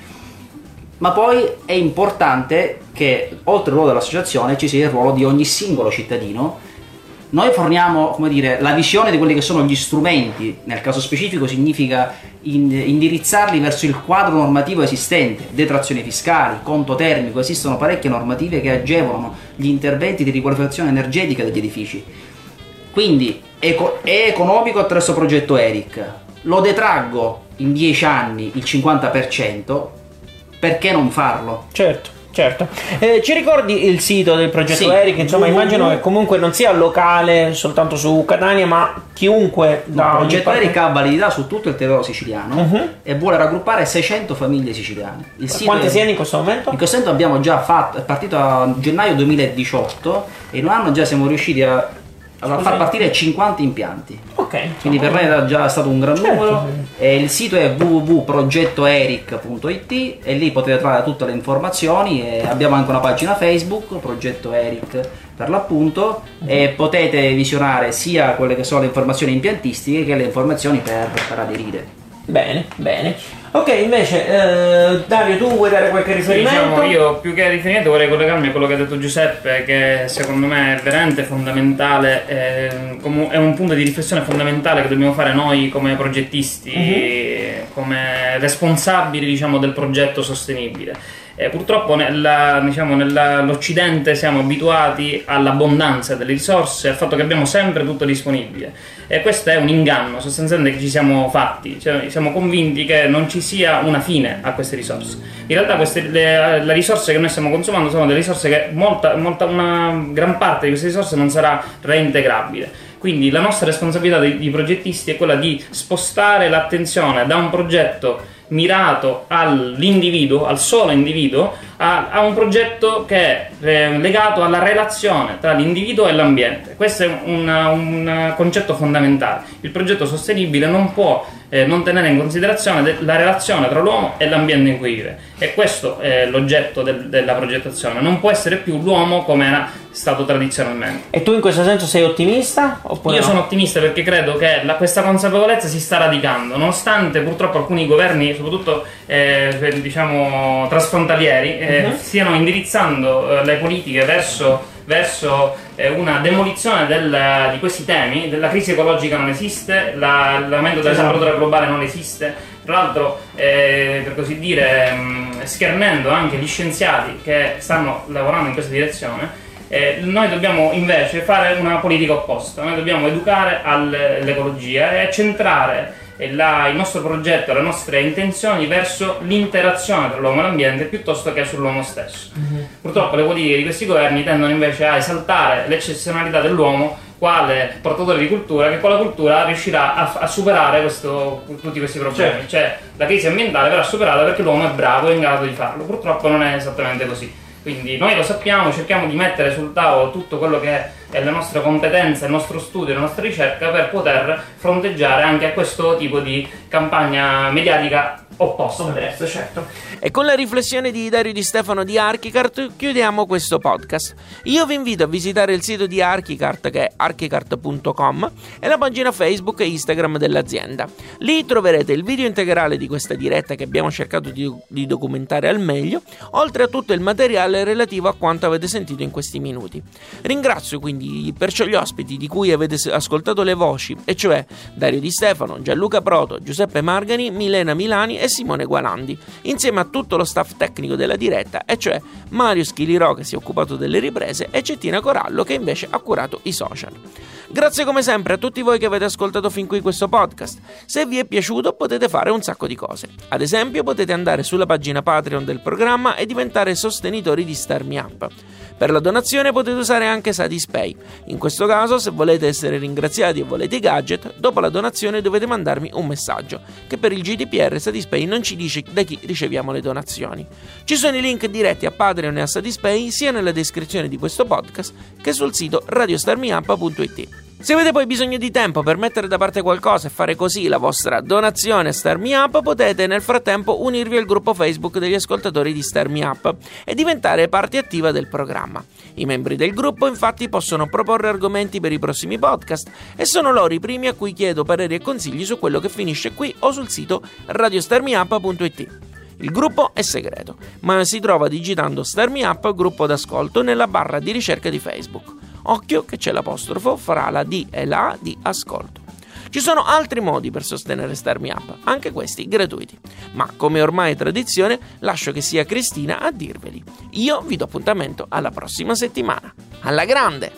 E: Ma poi è importante che oltre al ruolo dell'associazione ci sia il ruolo di ogni singolo cittadino. Noi forniamo, come dire, la visione di quelli che sono gli strumenti, nel caso specifico significa in, indirizzarli verso il quadro normativo esistente, detrazioni fiscali, conto termico, esistono parecchie normative che agevolano gli interventi di riqualificazione energetica degli edifici. Quindi eco, è economico attraverso il progetto Eric, lo detraggo in dieci anni il cinquanta per cento, perché non farlo?
B: Certo. Certo, eh, ci ricordi il sito del progetto
E: sì.
B: Eric? Insomma, immagino che comunque non sia locale soltanto su Catania, ma chiunque da
E: il progetto Eric ha validità su tutto il territorio siciliano uh-huh. e vuole raggruppare seicento famiglie siciliane. Il sito
B: Quante
E: è...
B: siano in questo momento?
E: In questo momento abbiamo già fatto, è partito a gennaio duemiladiciotto e in un anno già siamo riusciti a a far partire cinquanta impianti.
B: Ok.
E: Quindi per me era già stato un gran certo, numero. Sì. E il sito è w w w punto progetto eric punto i t e lì potete trovare tutte le informazioni. E abbiamo anche una pagina Facebook, Progetto Eric per l'appunto, uh-huh. e potete visionare sia quelle che sono le informazioni impiantistiche che le informazioni per, per aderire.
B: Bene, bene. Ok, invece eh, Dario, tu vuoi dare qualche riferimento?
C: Sì, diciamo, io più che riferimento vorrei collegarmi a quello che ha detto Giuseppe, che secondo me è veramente fondamentale, è, è un punto di riflessione fondamentale che dobbiamo fare noi come progettisti, uh-huh. come responsabili, diciamo, del progetto sostenibile. Eh, purtroppo nella, diciamo, nell'Occidente siamo abituati all'abbondanza delle risorse, al fatto che abbiamo sempre tutto disponibile, e questo è un inganno sostanzialmente che ci siamo fatti, cioè, siamo convinti che non ci sia una fine a queste risorse. In realtà queste, le, le risorse che noi stiamo consumando sono delle risorse che molta, molta, una gran parte di queste risorse non sarà reintegrabile. Quindi la nostra responsabilità di, di progettisti è quella di spostare l'attenzione da un progetto mirato all'individuo, al solo individuo, a, a un progetto che è eh, legato alla relazione tra l'individuo e l'ambiente. Questo è un, un concetto fondamentale. Il progetto sostenibile non può eh, non tenere in considerazione de- la relazione tra l'uomo e l'ambiente in cui vive, e questo è l'oggetto del, della progettazione. Non può essere più l'uomo come era stato tradizionalmente.
B: E tu in questo senso sei ottimista? Oppure
C: Io
B: no?
C: sono ottimista perché credo che la, questa consapevolezza si sta radicando, nonostante purtroppo alcuni governi, soprattutto eh, diciamo trasfrontalieri, eh, uh-huh. stiano indirizzando eh, le politiche verso, verso eh, una demolizione del, di questi temi. La crisi ecologica non esiste, la, l'aumento della esatto. temperatura globale non esiste. Tra l'altro, eh, per così dire, mh, schernendo anche gli scienziati che stanno lavorando in questa direzione. Eh, noi dobbiamo invece fare una politica opposta. Noi dobbiamo educare all'ecologia e centrare la, il nostro progetto, le nostre intenzioni verso l'interazione tra l'uomo e l'ambiente piuttosto che sull'uomo stesso. Mm-hmm. Purtroppo le politiche di questi governi tendono invece a esaltare l'eccezionalità dell'uomo quale portatore di cultura, che con la cultura riuscirà a, a superare questo, tutti questi problemi. Certo. Cioè la crisi ambientale verrà superata perché l'uomo è bravo e è in grado di farlo. Purtroppo non è esattamente così. Quindi noi lo sappiamo, cerchiamo di mettere sul tavolo tutto quello che è la nostra competenza, il nostro studio, la nostra ricerca per poter fronteggiare anche a questo tipo di campagna mediatica opposta. Adesso, certo.
B: E con la riflessione di Dario Di Stefano di Archicart chiudiamo questo podcast. Io vi invito a visitare il sito di Archicart, che è archicart punto com, e la pagina Facebook e Instagram dell'azienda. Lì troverete il video integrale di questa diretta che abbiamo cercato di, di documentare al meglio, oltre a tutto il materiale relativo a quanto avete sentito in questi minuti. Ringrazio quindi perciò gli ospiti di cui avete ascoltato le voci, e cioè Dario Di Stefano, Gianluca Proto, Giuseppe Margani, Milena Milani e Simone Gualandi, insieme a tutto lo staff tecnico della diretta, e cioè Mario Schilirò, che si è occupato delle riprese, e Cettina Corallo, che invece ha curato i social. Grazie come sempre a tutti voi che avete ascoltato fin qui questo podcast. Se vi è piaciuto potete fare un sacco di cose. Ad esempio potete andare sulla pagina Patreon del programma e diventare sostenitori di Start Me Up. Per la donazione potete usare anche Satispay. In questo caso, se volete essere ringraziati e volete i gadget, dopo la donazione dovete mandarmi un messaggio, che per il G D P R Satispay non ci dice da chi riceviamo le donazioni. Ci sono i link diretti a Patreon e a Satispay sia nella descrizione di questo podcast che sul sito radio star me up punto it. Se avete poi bisogno di tempo per mettere da parte qualcosa e fare così la vostra donazione a Start Me Up, potete nel frattempo unirvi al gruppo Facebook degli ascoltatori di Start Me Up e diventare parte attiva del programma. I membri del gruppo infatti possono proporre argomenti per i prossimi podcast e sono loro i primi a cui chiedo pareri e consigli su quello che finisce qui o sul sito radio star me up punto it. Il gruppo è segreto, ma si trova digitando Start Me Up gruppo d'ascolto nella barra di ricerca di Facebook. Occhio che c'è l'apostrofo fra la D e la A di ascolto. Ci sono altri modi per sostenere Start Me Up, anche questi gratuiti. Ma come ormai è tradizione, lascio che sia Cristina a dirveli. Io vi do appuntamento alla prossima settimana. Alla grande!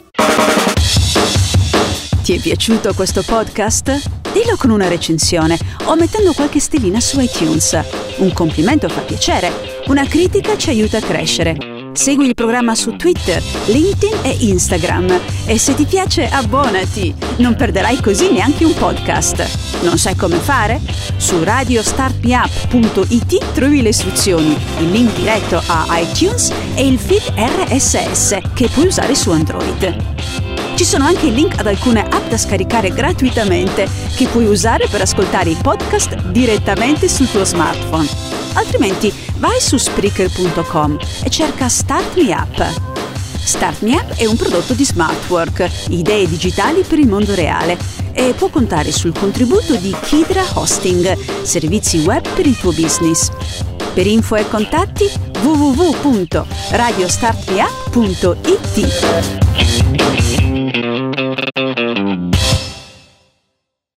A: Ti è piaciuto questo podcast? Dillo con una recensione o mettendo qualche stellina su iTunes. Un complimento fa piacere, una critica ci aiuta a crescere. Segui il programma su Twitter, LinkedIn e Instagram e se ti piace abbonati, non perderai così neanche un podcast. Non sai come fare? Su radio start me up punto it trovi le istruzioni, il link diretto a iTunes e il feed R S S che puoi usare su Android. Ci sono anche i link ad alcune app da scaricare gratuitamente che puoi usare per ascoltare i podcast direttamente sul tuo smartphone. Altrimenti vai su spreaker punto com e cerca Start Me Up. Start Me Up è un prodotto di Smartwork, idee digitali per il mondo reale, e può contare sul contributo di Kidra Hosting, servizi web per il tuo business. Per info e contatti w w w punto radio start me up punto it.